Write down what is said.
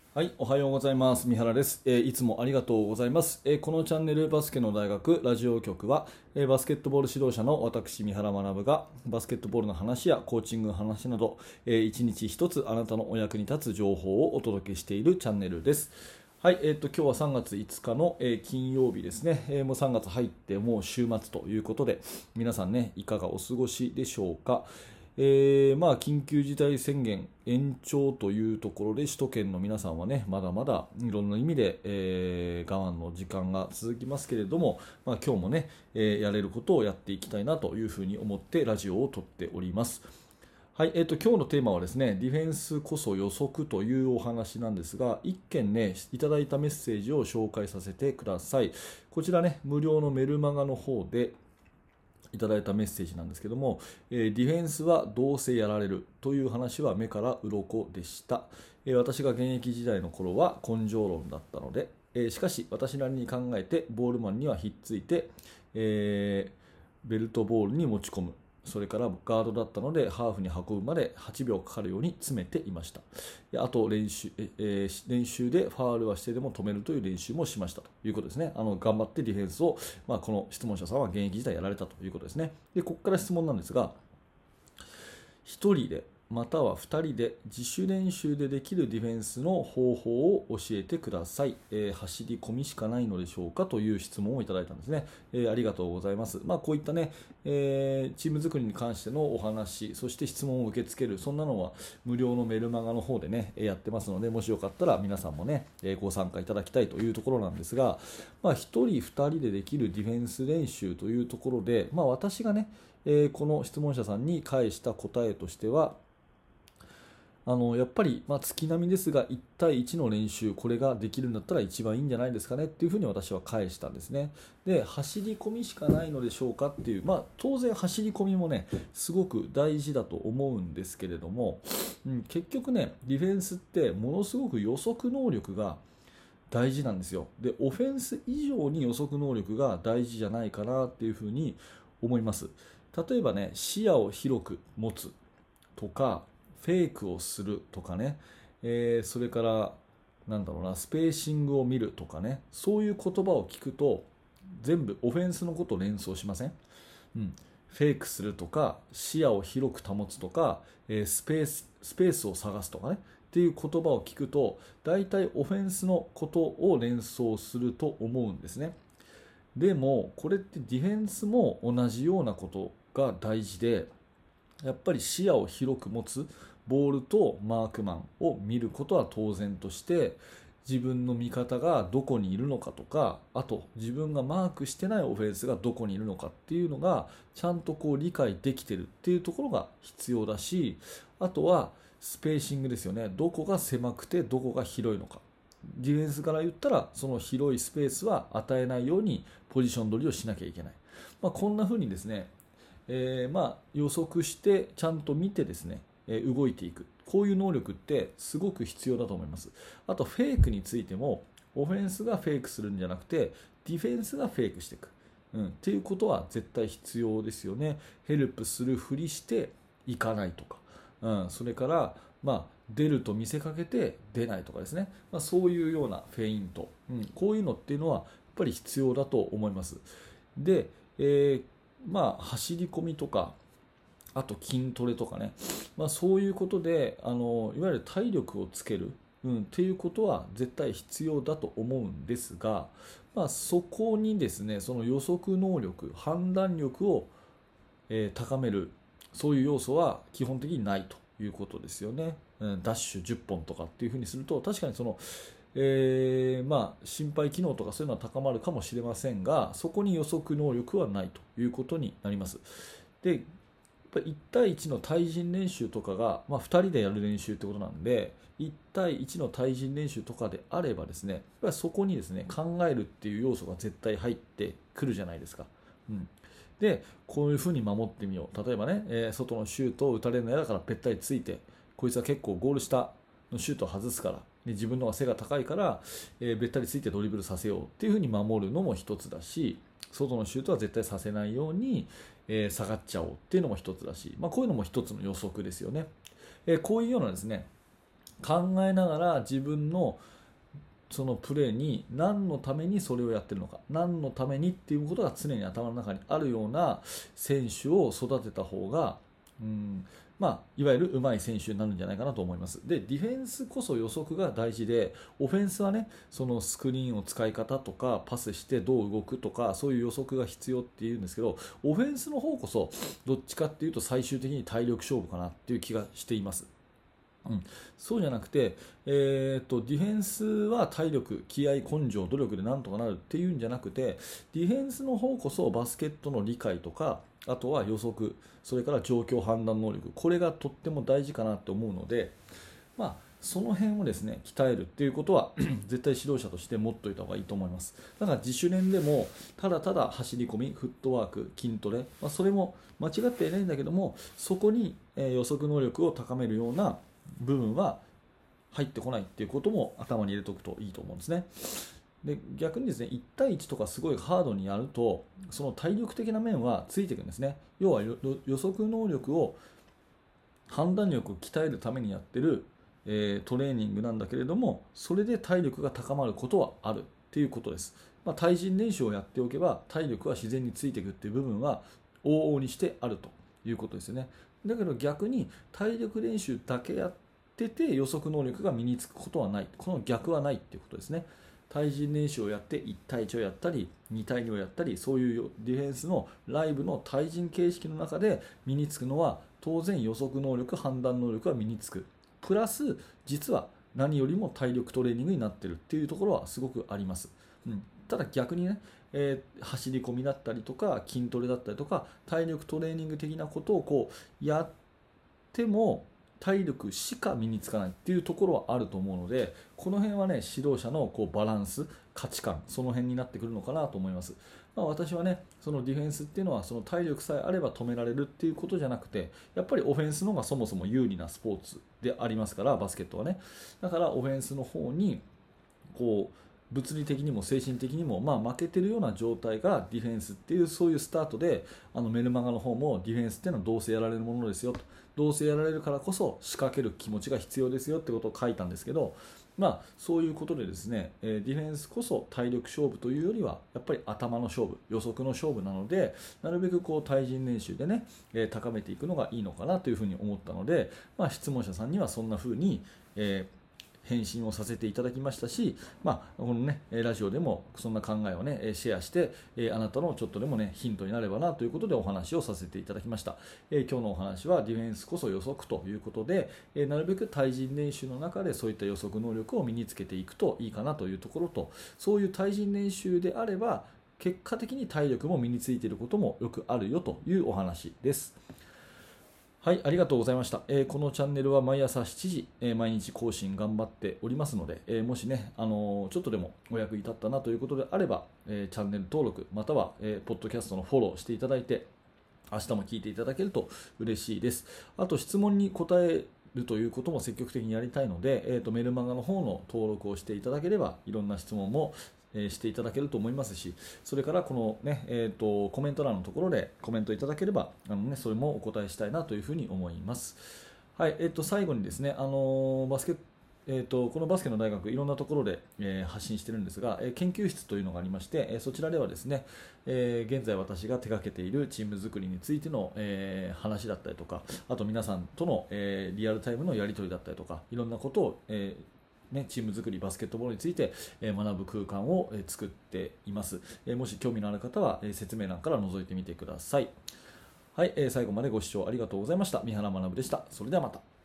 はい、おはようございます。三原です。いつもありがとうございます。このチャンネルバスケの大学ラジオ局は、バスケットボール指導者の私三原学がバスケットボールの話やコーチングの話など、一日一つあなたのお役に立つ情報をお届けしているチャンネルです。はい、今日は3月5日の、金曜日ですね、もう3月入ってもう週末ということで、皆さんね、いかがお過ごしでしょうか。緊急事態宣言延長というところで首都圏の皆さんはねまだまだいろんな意味で、我慢の時間が続きますけれども、今日もね、やれることをやっていきたいなというふうに思ってラジオを撮っております。はい、今日のテーマはですね、ディフェンスこそ予測というお話なんですが、一件ね、いただいたメッセージを紹介させてください。こちらね、無料のメルマガの方で、いただいたメッセージなんですけども、ディフェンスはどうせやられるという話は目から鱗でした。私が現役時代の頃は根性論だったので、しかし私なりに考えてボールマンにはひっついて、ベルトボールに持ち込む、それからガードだったのでハーフに運ぶまで8秒かかるように詰めていました。あと練習でファールはしてでも止めるという練習もしましたということですね。頑張ってディフェンスを、この質問者さんは現役時代やられたということですね。でここから質問なんですが、1人でまたは2人で自主練習でできるディフェンスの方法を教えてください。走り込みしかないのでしょうかという質問をいただいたんですね。ありがとうございます。こういったね、チーム作りに関してのお話、そして質問を受け付ける、そんなのは無料のメルマガの方でね、やってますので、もしよかったら皆さんもね、ご参加いただきたいというところなんですが、1人2人でできるディフェンス練習というところで、私がね、この質問者さんに返した答えとしては、やっぱり、月並みですが1対1の練習これができるんだったら一番いいんじゃないですかねっていうふうに私は返したんですね。で走り込みしかないのでしょうかっていう、当然走り込みもねすごく大事だと思うんですけれども、結局ねディフェンスってものすごく予測能力が大事なんですよ。でオフェンス以上に予測能力が大事じゃないかなっていうふうに思います。例えばね視野を広く持つとかフェイクをするとかね、それからなんだろうなスペーシングを見るとかね、そういう言葉を聞くと全部オフェンスのことを連想しません？フェイクするとか視野を広く保つとか、スペースを探すとかねっていう言葉を聞くと大体オフェンスのことを連想すると思うんですね。でもこれってディフェンスも同じようなことが大事で、やっぱり視野を広く持つ、ボールとマークマンを見ることは当然として、自分の味方がどこにいるのかとか、あと自分がマークしてないオフェンスがどこにいるのかっていうのがちゃんとこう理解できてるっていうところが必要だし、あとはスペーシングですよね。どこが狭くてどこが広いのか。ディフェンスから言ったらその広いスペースは与えないようにポジション取りをしなきゃいけない。こんな風にですね、予測してちゃんと見てですね、動いていく、こういう能力ってすごく必要だと思います。あとフェイクについてもオフェンスがフェイクするんじゃなくてディフェンスがフェイクしていく、っていうことは絶対必要ですよね。ヘルプするふりしていかないとか、それから、出ると見せかけて出ないとかですね、そういうようなフェイント、こういうのっていうのはやっぱり必要だと思います。で、走り込みとかあと筋トレとかね、そういうことでいわゆる体力をつける、っていうことは絶対必要だと思うんですが、そこにですねその予測能力判断力を、高めるそういう要素は基本的にないということですよね。ダッシュ10本とかっていうふうにすると確かにその心肺機能とかそういうのは高まるかもしれませんが、そこに予測能力はないということになります。で、やっぱり1対1の対人練習とかが、2人でやる練習ってことなんで、1対1の対人練習とかであればですね、やっぱりそこにですね、考えるっていう要素が絶対入ってくるじゃないですか。で、こういうふうに守ってみよう。例えばね、外のシュートを打たれるの嫌だからべったりついて、こいつは結構ゴール下のシュートを外すから、で自分の方が背が高いから、べったりついてドリブルさせようっていうふうに守るのも一つだし、外のシュートは絶対させないように、下がっちゃおうっていうのも一つだし、こういうのも一つの予測ですよね。こういうようなですね考えながら自分のそのプレーに何のためにそれをやってるのか、何のためにっていうことが常に頭の中にあるような選手を育てた方が、いわゆる上手い選手になるんじゃないかなと思います。で、ディフェンスこそ予測が大事で、オフェンスはね、そのスクリーンを使い方とか、パスしてどう動くとか、そういう予測が必要っていうんですけど、オフェンスの方こそどっちかっていうと最終的に体力勝負かなっていう気がしています。そうじゃなくて、ディフェンスは体力、気合、根性、努力でなんとかなるっていうんじゃなくて、ディフェンスの方こそバスケットの理解とか、あとは予測、それから状況判断能力、これがとっても大事かなと思うので、その辺をですね鍛えるっていうことは絶対指導者として持っておいた方がいいと思います。だから自主練でもただただ走り込み、フットワーク、筋トレ、それも間違っていないんだけども、そこに予測能力を高めるような部分は入ってこないっていうことも頭に入れておくといいと思うんですね。で、逆にですね、1対1とかすごいハードにやると、その体力的な面はついていくんですね。要は予測能力を、判断力を鍛えるためにやってる、トレーニングなんだけれども、それで体力が高まることはあるっていうことです。対人練習をやっておけば体力は自然についていくっていう部分は往々にしてあるということですよね。だけど逆に体力練習だけやってて予測能力が身につくことはない。この逆はないっていうことですね。対人練習をやって1対1をやったり2対2をやったり、そういうディフェンスのライブの対人形式の中で身につくのは当然予測能力、判断能力が身につく。プラス実は何よりも体力トレーニングになっているっていうところはすごくあります。ただ逆にね、走り込みだったりとか筋トレだったりとか体力トレーニング的なことをやっても体力しか身につかないっていうところはあると思うので、この辺はね指導者のバランス、価値観、その辺になってくるのかなと思います。私はねそのディフェンスっていうのはその体力さえあれば止められるっていうことじゃなくて、やっぱりオフェンスの方がそもそも有利なスポーツでありますから、バスケットはね。だからオフェンスの方に物理的にも精神的にも負けてるような状態がディフェンスっていう、そういうスタートでメルマガの方もディフェンスっていうのはどうせやられるものですよと、どうせやられるからこそ仕掛ける気持ちが必要ですよってことを書いたんですけど、そういうことでですね、ディフェンスこそ体力勝負というよりはやっぱり頭の勝負、予測の勝負なので、なるべく対人練習でね高めていくのがいいのかなというふうに思ったので、質問者さんにはそんなふうに、返信をさせていただきましたし、このねラジオでもそんな考えをねシェアして、あなたのちょっとでもねヒントになればなということでお話をさせていただきました。今日のお話はディフェンスこそ予測ということで、なるべく対人練習の中でそういった予測能力を身につけていくといいかなというところと、そういう対人練習であれば結果的に体力も身についていることもよくあるよというお話です。はい、ありがとうございました。このチャンネルは毎朝7時、毎日更新頑張っておりますので、もしね、ちょっとでもお役に立ったなということであれば、チャンネル登録、または、ポッドキャストのフォローしていただいて、明日も聞いていただけると嬉しいです。あと質問に答えるということも積極的にやりたいので、メルマガの方の登録をしていただければ、いろんな質問もしていただけると思いますし、それからこの、ねコメント欄のところでコメントいただければそれもお答えしたいなというふうに思います。はい、最後にですね、このバスケの大学いろんなところで、発信しているんですが、研究室というのがありまして、そちらではですね、現在私が手掛けているチーム作りについての、話だったりとか、あと皆さんとの、リアルタイムのやり取りだったりとか、いろんなことを、チーム作り、バスケットボールについて学ぶ空間を作っています。もし興味のある方は説明欄から覗いてみてください。はい、最後までご視聴ありがとうございました。三原学でした。それではまた。